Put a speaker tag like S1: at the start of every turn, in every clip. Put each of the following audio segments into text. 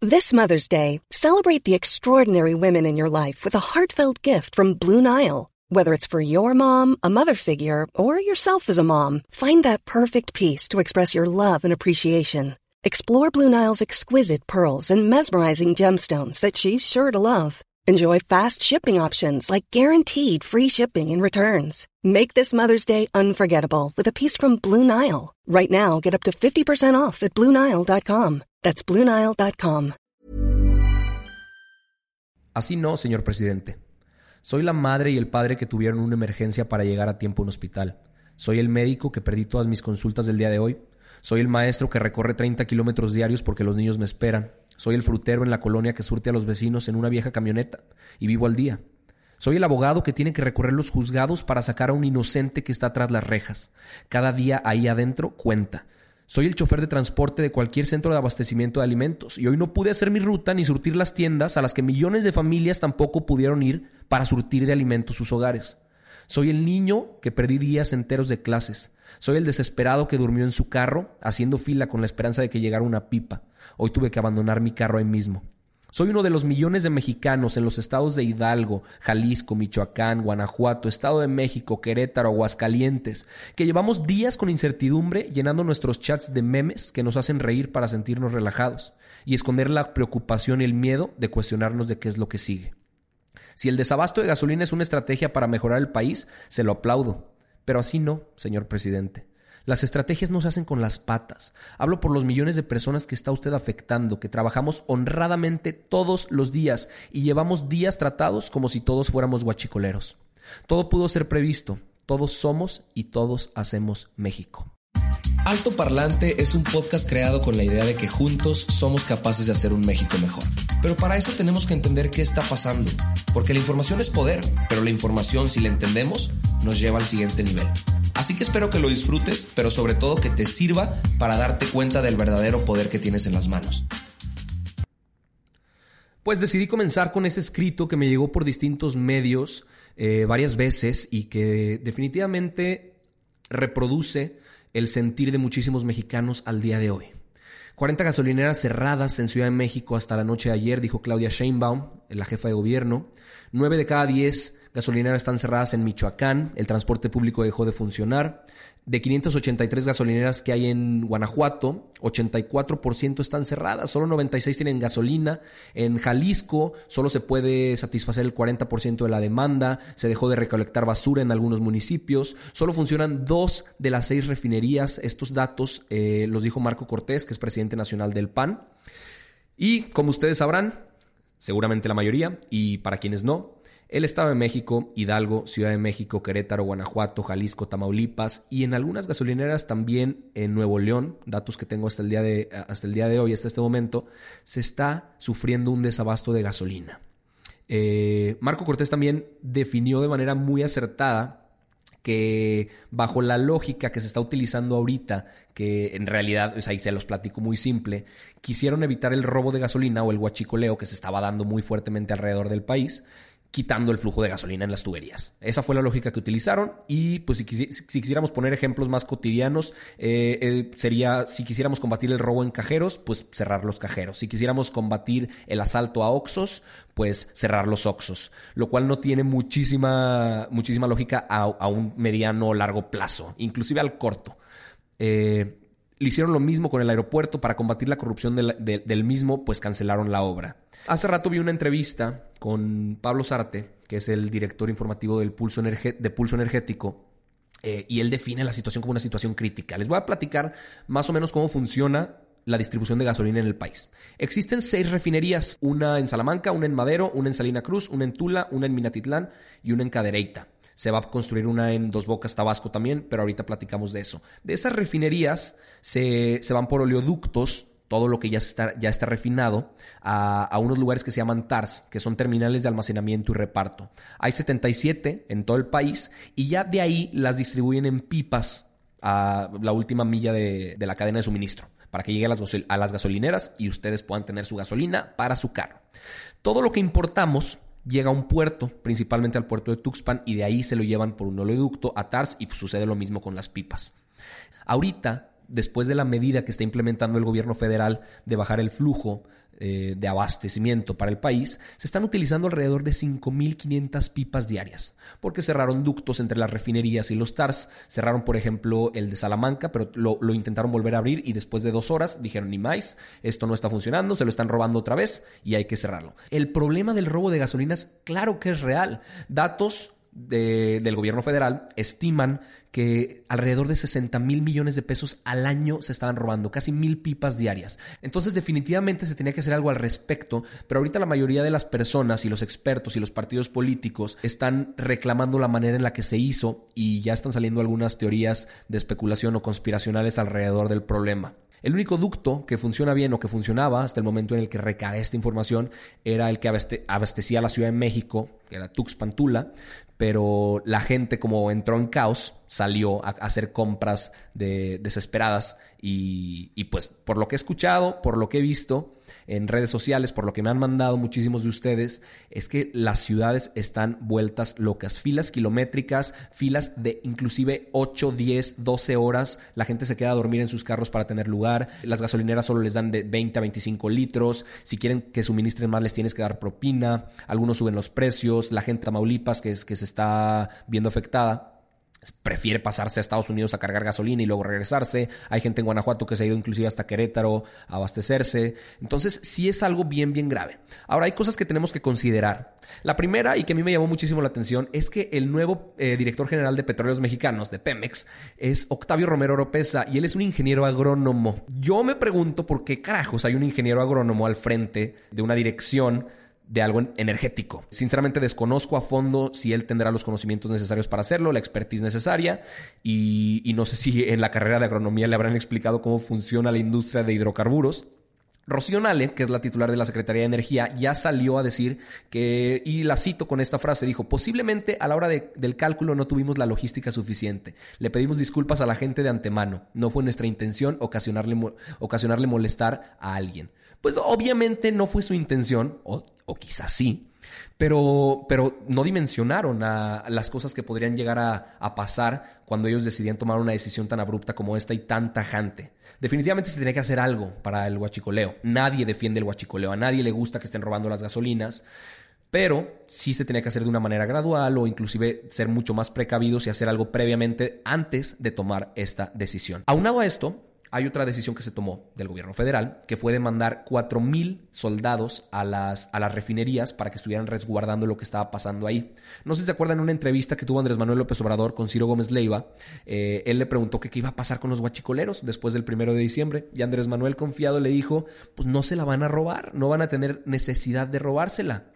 S1: This Mother's Day, celebrate the extraordinary women in your life with a heartfelt gift from Blue Nile. Whether it's for your mom, a mother figure, or yourself as a mom, find that perfect piece to express your love and appreciation. Explore Blue Nile's exquisite pearls and mesmerizing gemstones that she's sure to love. Enjoy fast shipping options like guaranteed free shipping and returns. Make this Mother's Day unforgettable with a piece from Blue Nile. Right now, get up to 50% off at BlueNile.com. That's BlueNile.com.
S2: Así no, señor presidente. Soy la madre y el padre que tuvieron una emergencia para llegar a tiempo a un hospital. Soy el médico que perdí todas mis consultas del día de hoy. Soy el maestro que recorre 30 kilómetros diarios porque los niños me esperan. Soy el frutero en la colonia que surte a los vecinos en una vieja camioneta y vivo al día. Soy el abogado que tiene que recorrer los juzgados para sacar a un inocente que está tras las rejas. Cada día ahí adentro cuenta. Soy el chofer de transporte de cualquier centro de abastecimiento de alimentos y hoy no pude hacer mi ruta ni surtir las tiendas a las que millones de familias tampoco pudieron ir para surtir de alimentos sus hogares. Soy el niño que perdí días enteros de clases. Soy el desesperado que durmió en su carro haciendo fila con la esperanza de que llegara una pipa. Hoy tuve que abandonar mi carro ahí mismo. Soy uno de los millones de mexicanos en los estados de Hidalgo, Jalisco, Michoacán, Guanajuato, Estado de México, Querétaro, Aguascalientes, que llevamos días con incertidumbre llenando nuestros chats de memes que nos hacen reír para sentirnos relajados y esconder la preocupación y el miedo de cuestionarnos de qué es lo que sigue. Si el desabasto de gasolina es una estrategia para mejorar el país, se lo aplaudo. Pero así no, señor presidente. Las estrategias no se hacen con las patas. Hablo por los millones de personas que está usted afectando, que trabajamos honradamente todos los días y llevamos días tratados como si todos fuéramos guachicoleros. Todo pudo ser previsto. Todos somos y todos hacemos México.
S3: Alto Parlante es un podcast creado con la idea de que juntos somos capaces de hacer un México mejor. Pero para eso tenemos que entender qué está pasando. Porque la información es poder, pero la información, si la entendemos, nos lleva al siguiente nivel. Así que espero que lo disfrutes, pero sobre todo que te sirva para darte cuenta del verdadero poder que tienes en las manos.
S2: Pues decidí comenzar con ese escrito que me llegó por distintos medios varias veces y que definitivamente reproduce el sentir de muchísimos mexicanos al día de hoy. 40 gasolineras cerradas en Ciudad de México hasta la noche de ayer, dijo Claudia Sheinbaum, la jefa de gobierno. 9 de cada 10 gasolineras están cerradas en Michoacán. El transporte público dejó de funcionar. De 583 gasolineras que hay en Guanajuato, 84% están cerradas. Solo 96 tienen gasolina. En Jalisco solo se puede satisfacer el 40% de la demanda. Se dejó de recolectar basura en algunos municipios. Solo funcionan 2 de las 6 refinerías. Estos datos los dijo Marco Cortés, que es presidente nacional del PAN. Y como ustedes sabrán, seguramente la mayoría, y para quienes no, el Estado de México, Hidalgo, Ciudad de México, Querétaro, Guanajuato, Jalisco, Tamaulipas y en algunas gasolineras también en Nuevo León, datos que tengo hasta el día de hoy, hasta este momento, se está sufriendo un desabasto de gasolina. Marco Cortés también definió de manera muy acertada que bajo la lógica que se está utilizando ahorita, que en realidad, ahí se los platico muy simple, quisieron evitar el robo de gasolina o el huachicoleo que se estaba dando muy fuertemente alrededor del país, quitando el flujo de gasolina en las tuberías. Esa fue la lógica que utilizaron y pues si quisiéramos poner ejemplos más cotidianos, sería, si quisiéramos combatir el robo en cajeros, pues cerrar los cajeros. Si quisiéramos combatir el asalto a Oxxos, pues cerrar los Oxxos, lo cual no tiene muchísima lógica a un mediano o largo plazo, inclusive al corto. Le hicieron lo mismo con el aeropuerto. Para combatir la corrupción del mismo, pues cancelaron la obra. Hace rato vi una entrevista con Pablo Zárate, que es el director informativo de Pulso Energético, y él define la situación como una situación crítica. Les voy a platicar más o menos cómo funciona la distribución de gasolina en el país. Existen 6 refinerías, una en Salamanca, una en Madero, una en Salina Cruz, una en Tula, una en Minatitlán y una en Cadereyta. Se va a construir una en Dos Bocas, Tabasco también, pero ahorita platicamos de eso. De esas refinerías se van por oleoductos, todo lo que ya está refinado, a unos lugares que se llaman TARS, que son terminales de almacenamiento y reparto. Hay 77 en todo el país y ya de ahí las distribuyen en pipas a la última milla de la cadena de suministro, para que llegue a las gasolineras y ustedes puedan tener su gasolina para su carro. Todo lo que importamos llega a un puerto, principalmente al puerto de Tuxpan, y de ahí se lo llevan por un oleoducto a TARS y sucede lo mismo con las pipas. Ahorita, después de la medida que está implementando el gobierno federal de bajar el flujo de abastecimiento para el país, se están utilizando alrededor de 5.500 pipas diarias, porque cerraron ductos entre las refinerías y los TARS. Cerraron, por ejemplo, el de Salamanca, pero lo intentaron volver a abrir y después de 2 horas dijeron ni más, esto no está funcionando, se lo están robando otra vez y hay que cerrarlo. El problema del robo de gasolinas, claro que es real. Datos del gobierno federal estiman que alrededor de 60,000 millones de pesos al año se estaban robando, casi 1,000 pipas diarias. Entonces definitivamente se tenía que hacer algo al respecto, pero ahorita la mayoría de las personas y los expertos y los partidos políticos están reclamando la manera en la que se hizo y ya están saliendo algunas teorías de especulación o conspiracionales alrededor del problema. El único ducto que funciona bien o que funcionaba hasta el momento en el que recae esta información era el que abastecía a la Ciudad de México, que era Tuxpan-Tula, pero la gente, como entró en caos, salió a hacer compras desesperadas y pues por lo que he escuchado, por lo que he visto en redes sociales, por lo que me han mandado muchísimos de ustedes, es que las ciudades están vueltas locas. Filas kilométricas, filas de inclusive 8, 10, 12 horas. La gente se queda a dormir en sus carros para tener lugar. Las gasolineras solo les dan de 20 a 25 litros. Si quieren que suministren más, les tienes que dar propina. Algunos suben los precios. La gente de Tamaulipas, que se está viendo afectada, prefiere pasarse a Estados Unidos a cargar gasolina y luego regresarse. Hay gente en Guanajuato que se ha ido inclusive hasta Querétaro a abastecerse. Entonces sí es algo bien, bien grave. Ahora hay cosas que tenemos que considerar. La primera, y que a mí me llamó muchísimo la atención, es que el nuevo director general de Petróleos Mexicanos, de Pemex, es Octavio Romero Oropeza y él es un ingeniero agrónomo. Yo me pregunto por qué carajos hay un ingeniero agrónomo al frente de una dirección de algo energético. Sinceramente desconozco a fondo si él tendrá los conocimientos necesarios para hacerlo, la expertise necesaria y no sé si en la carrera de agronomía le habrán explicado cómo funciona la industria de hidrocarburos. Rocío Nale, que es la titular de la Secretaría de Energía, ya salió a decir que, y la cito con esta frase, dijo: posiblemente a la hora del cálculo no tuvimos la logística suficiente. Le pedimos disculpas a la gente de antemano. No fue nuestra intención ocasionarle molestar a alguien. Pues obviamente no fue su intención, o quizás sí, pero no dimensionaron a las cosas que podrían llegar a pasar cuando ellos decidían tomar una decisión tan abrupta como esta y tan tajante. Definitivamente se tenía que hacer algo para el huachicoleo. Nadie defiende el huachicoleo, a nadie le gusta que estén robando las gasolinas, pero sí se tenía que hacer de una manera gradual o inclusive ser mucho más precavidos y hacer algo previamente antes de tomar esta decisión. Aunado a esto, hay otra decisión que se tomó del gobierno federal, que fue de mandar 4,000 soldados a las refinerías para que estuvieran resguardando lo que estaba pasando ahí. No sé si se acuerdan de una entrevista que tuvo Andrés Manuel López Obrador con Ciro Gómez Leiva. Él le preguntó que qué iba a pasar con los huachicoleros después del 1 de diciembre. Y Andrés Manuel, confiado, le dijo: pues no se la van a robar, no van a tener necesidad de robársela.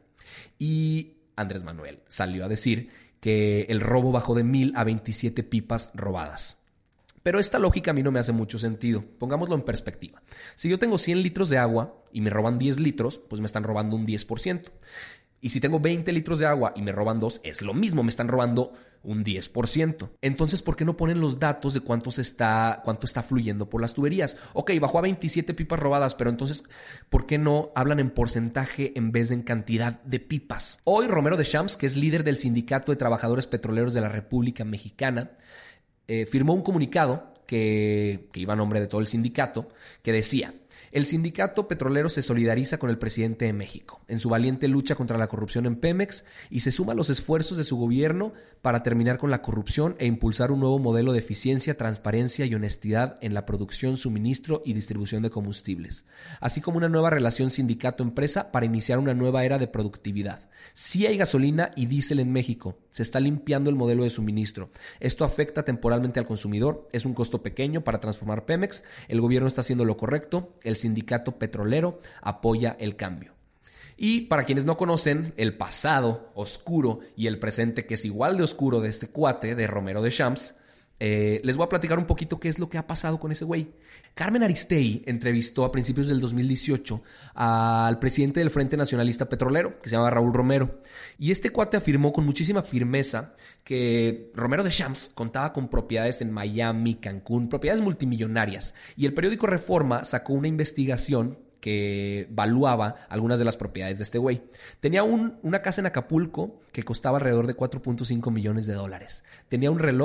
S2: Y Andrés Manuel salió a decir que el robo bajó de 1,000 a 27 pipas robadas. Pero esta lógica a mí no me hace mucho sentido. Pongámoslo en perspectiva. Si yo tengo 100 litros de agua y me roban 10 litros, pues me están robando un 10%. Y si tengo 20 litros de agua y me roban 2, es lo mismo, me están robando un 10%. Entonces, ¿por qué no ponen los datos de cuánto está fluyendo por las tuberías? Ok, bajó a 27 pipas robadas, pero entonces, ¿por qué no hablan en porcentaje en vez de en cantidad de pipas? Hoy, Romero Deschamps, que es líder del Sindicato de Trabajadores Petroleros de la República Mexicana, firmó un comunicado que iba a nombre de todo el sindicato, que decía: el sindicato petrolero se solidariza con el presidente de México en su valiente lucha contra la corrupción en Pemex y se suma a los esfuerzos de su gobierno para terminar con la corrupción e impulsar un nuevo modelo de eficiencia, transparencia y honestidad en la producción, suministro y distribución de combustibles, así como una nueva relación sindicato-empresa para iniciar una nueva era de productividad. Sí hay gasolina y diésel en México, se está limpiando el modelo de suministro. Esto afecta temporalmente al consumidor, es un costo pequeño para transformar Pemex, el gobierno está haciendo lo correcto, el sindicato petrolero apoya el cambio. Y para quienes no conocen el pasado oscuro y el presente, que es igual de oscuro, de este cuate, de Romero Deschamps, les voy a platicar un poquito qué es lo que ha pasado con ese güey. Carmen Aristegui entrevistó a principios del 2018 al presidente del Frente Nacionalista Petrolero, que se llama Raúl Romero. Y este cuate afirmó con muchísima firmeza que Romero Deschamps contaba con propiedades en Miami, Cancún, propiedades multimillonarias. Y el periódico Reforma sacó una investigación que valuaba algunas de las propiedades de este güey. Tenía una casa en Acapulco que costaba alrededor de $4.5 millones. Tenía un reloj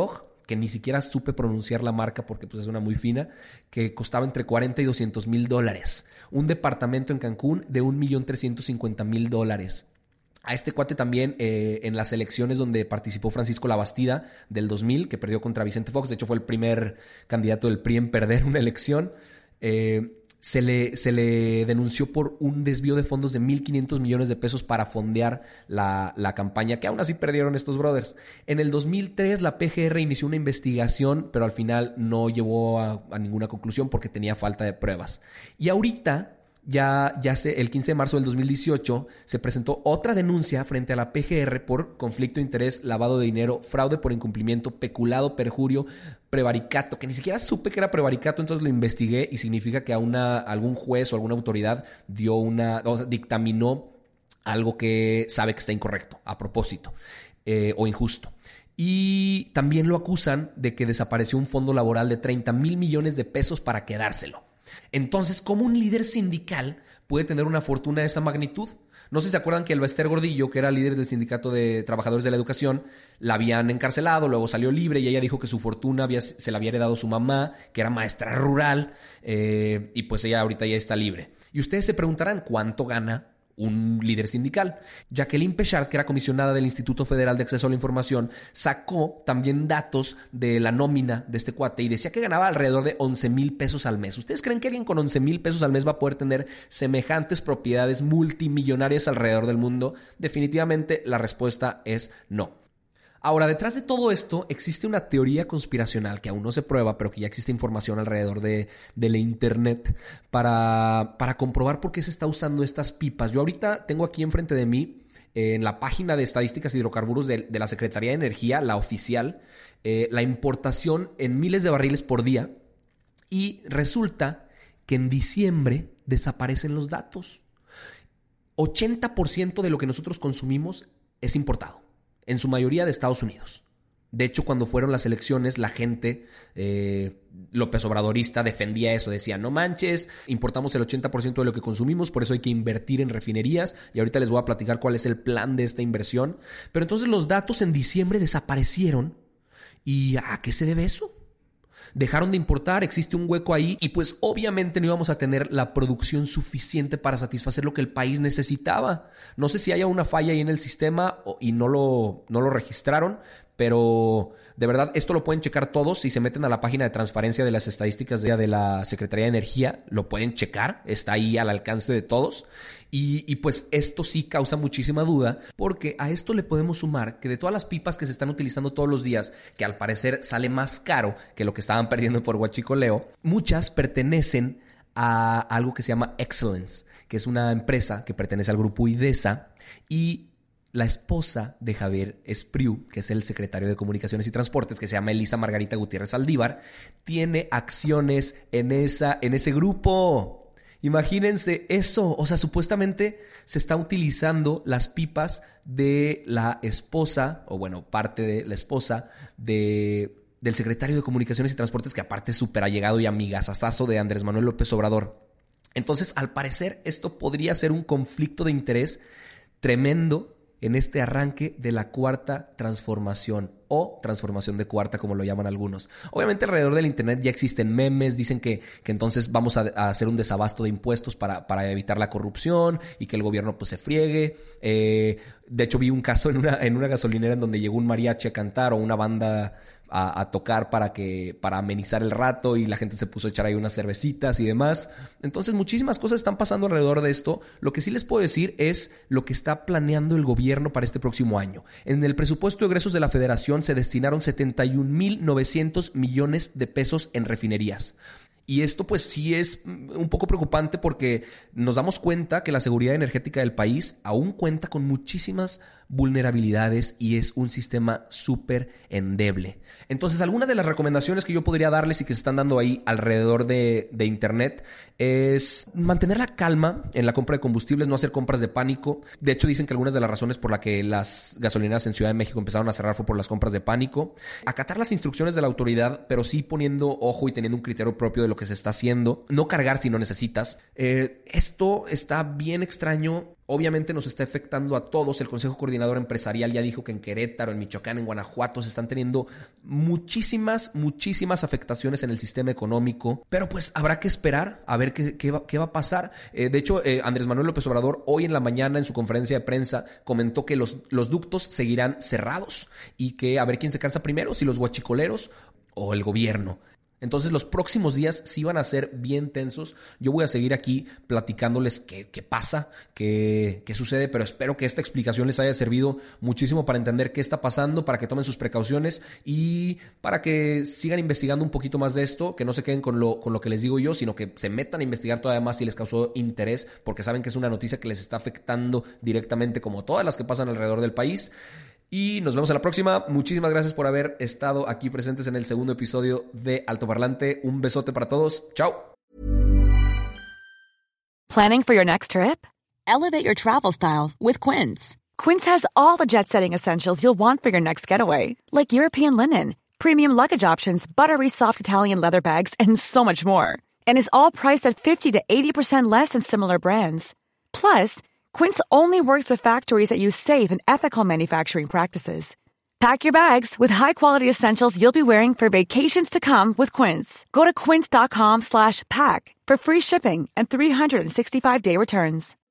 S2: que ni siquiera supe pronunciar la marca porque pues es una muy fina, que costaba entre $40,000 y $200,000. Un departamento en Cancún de $1,350,000. A este cuate también en las elecciones donde participó Francisco Labastida del 2000, que perdió contra Vicente Fox, de hecho fue el primer candidato del PRI en perder una elección, se le denunció por un desvío de fondos de 1,500 millones de pesos para fondear la campaña, que aún así perdieron estos brothers. En el 2003 la PGR inició una investigación, pero al final no llevó a ninguna conclusión porque tenía falta de pruebas. Y ahorita, el 15 de marzo del 2018, se presentó otra denuncia frente a la PGR por conflicto de interés, lavado de dinero, fraude por incumplimiento, peculado, perjurio, prevaricato, que ni siquiera supe que era prevaricato, entonces lo investigué y significa que algún juez o alguna autoridad dictaminó algo que sabe que está incorrecto, a propósito, o injusto. Y también lo acusan de que desapareció un fondo laboral de 30,000 millones de pesos para quedárselo. Entonces, ¿cómo un líder sindical puede tener una fortuna de esa magnitud? No sé si se acuerdan que el Bester Gordillo, que era líder del Sindicato de Trabajadores de la Educación, la habían encarcelado, luego salió libre y ella dijo que su fortuna se la había heredado su mamá, que era maestra rural, y pues ella ahorita ya está libre. Y ustedes se preguntarán, ¿cuánto gana un líder sindical? Jacqueline Pechard, que era comisionada del Instituto Federal de Acceso a la Información, sacó también datos de la nómina de este cuate y decía que ganaba alrededor de 11,000 pesos al mes. ¿Ustedes creen que alguien con 11,000 pesos al mes va a poder tener semejantes propiedades multimillonarias alrededor del mundo? Definitivamente la respuesta es no. Ahora, detrás de todo esto existe una teoría conspiracional que aún no se prueba, pero que ya existe información alrededor de la internet para comprobar por qué se está usando estas pipas. Yo ahorita tengo aquí enfrente de mí, en la página de estadísticas y hidrocarburos de la Secretaría de Energía, la oficial, la importación en miles de barriles por día, y resulta que en diciembre desaparecen los datos. 80% de lo que nosotros consumimos es importado. En su mayoría de Estados Unidos. De hecho, cuando fueron las elecciones, la gente López Obradorista defendía eso. Decía, no manches, importamos el 80% de lo que consumimos, por eso hay que invertir en refinerías. Y ahorita les voy a platicar cuál es el plan de esta inversión. Pero entonces los datos en diciembre desaparecieron. ¿Y a qué se debe eso? Dejaron de importar, existe un hueco ahí y pues obviamente no íbamos a tener la producción suficiente para satisfacer lo que el país necesitaba. No sé si haya una falla ahí en el sistema y no lo registraron, pero de verdad esto lo pueden checar todos. Si se meten a la página de transparencia de las estadísticas de la Secretaría de Energía, lo pueden checar, está ahí al alcance de todos. Y pues esto sí causa muchísima duda, porque a esto le podemos sumar que de todas las pipas que se están utilizando todos los días, que al parecer sale más caro que lo que estaban perdiendo por huachicoleo, muchas pertenecen a algo que se llama Excellence, que es una empresa que pertenece al grupo IDESA, y la esposa de Javier Espriu, que es el secretario de Comunicaciones y Transportes, que se llama Elisa Margarita Gutiérrez Aldívar, tiene acciones en ese grupo. Imagínense eso, o sea, supuestamente se está utilizando las pipas de la esposa, o bueno, parte de la esposa del secretario de Comunicaciones y Transportes, que aparte es súper allegado y amigazazazo de Andrés Manuel López Obrador. Entonces, al parecer, esto podría ser un conflicto de interés tremendo en este arranque de la cuarta transformación o transformación de cuarta, como lo llaman algunos. Obviamente alrededor del internet ya existen memes, dicen que entonces vamos a hacer un desabasto de impuestos para evitar la corrupción y que el gobierno pues se friegue. De hecho vi un caso en una gasolinera en donde llegó un mariachi a cantar o una banda a tocar para amenizar el rato y la gente se puso a echar ahí unas cervecitas y demás. Entonces muchísimas cosas están pasando alrededor de esto. Lo que sí les puedo decir es lo que está planeando el gobierno para este próximo año. En el presupuesto de egresos de la Federación se destinaron 71,900 millones de pesos en refinerías. Y esto pues sí es un poco preocupante porque nos damos cuenta que la seguridad energética del país aún cuenta con muchísimas vulnerabilidades y es un sistema súper endeble. Entonces, algunas de las recomendaciones que yo podría darles y que se están dando ahí alrededor de internet es mantener la calma en la compra de combustibles, no hacer compras de pánico. De hecho, dicen que algunas de las razones por las que las gasolineras en Ciudad de México empezaron a cerrar fue por las compras de pánico. Acatar las instrucciones de la autoridad, pero sí poniendo ojo y teniendo un criterio propio de lo que se está haciendo. No cargar si no necesitas. Esto está bien extraño Obviamente nos está afectando a todos. El Consejo Coordinador Empresarial ya dijo que en Querétaro, en Michoacán, en Guanajuato se están teniendo muchísimas afectaciones en el sistema económico. Pero pues habrá que esperar a ver qué va a pasar. De hecho, Andrés Manuel López Obrador hoy en la mañana en su conferencia de prensa comentó que los ductos seguirán cerrados y que a ver quién se cansa primero, si los guachicoleros o el gobierno. Entonces los próximos días sí van a ser bien tensos. Yo voy a seguir aquí platicándoles qué pasa, qué sucede, pero espero que esta explicación les haya servido muchísimo para entender qué está pasando, para que tomen sus precauciones y para que sigan investigando un poquito más de esto, que no se queden con lo que les digo yo, sino que se metan a investigar todavía más si les causó interés, porque saben que es una noticia que les está afectando directamente como todas las que pasan alrededor del país. Y nos vemos en la próxima. Muchísimas gracias por haber estado aquí presentes en el segundo episodio de Altoparlante. Un besote para todos. Chao.
S4: Planning for your next trip? Elevate your travel style with Quince. Quince has all the jet-setting essentials you'll want for your next getaway, like European linen, premium luggage options, buttery soft Italian leather bags, and so much more. And is all priced at 50 to 80% less than similar brands. Plus, Quince only works with factories that use safe and ethical manufacturing practices. Pack your bags with high-quality essentials you'll be wearing for vacations to come with Quince. Go to quince.com/pack for free shipping and 365-day returns.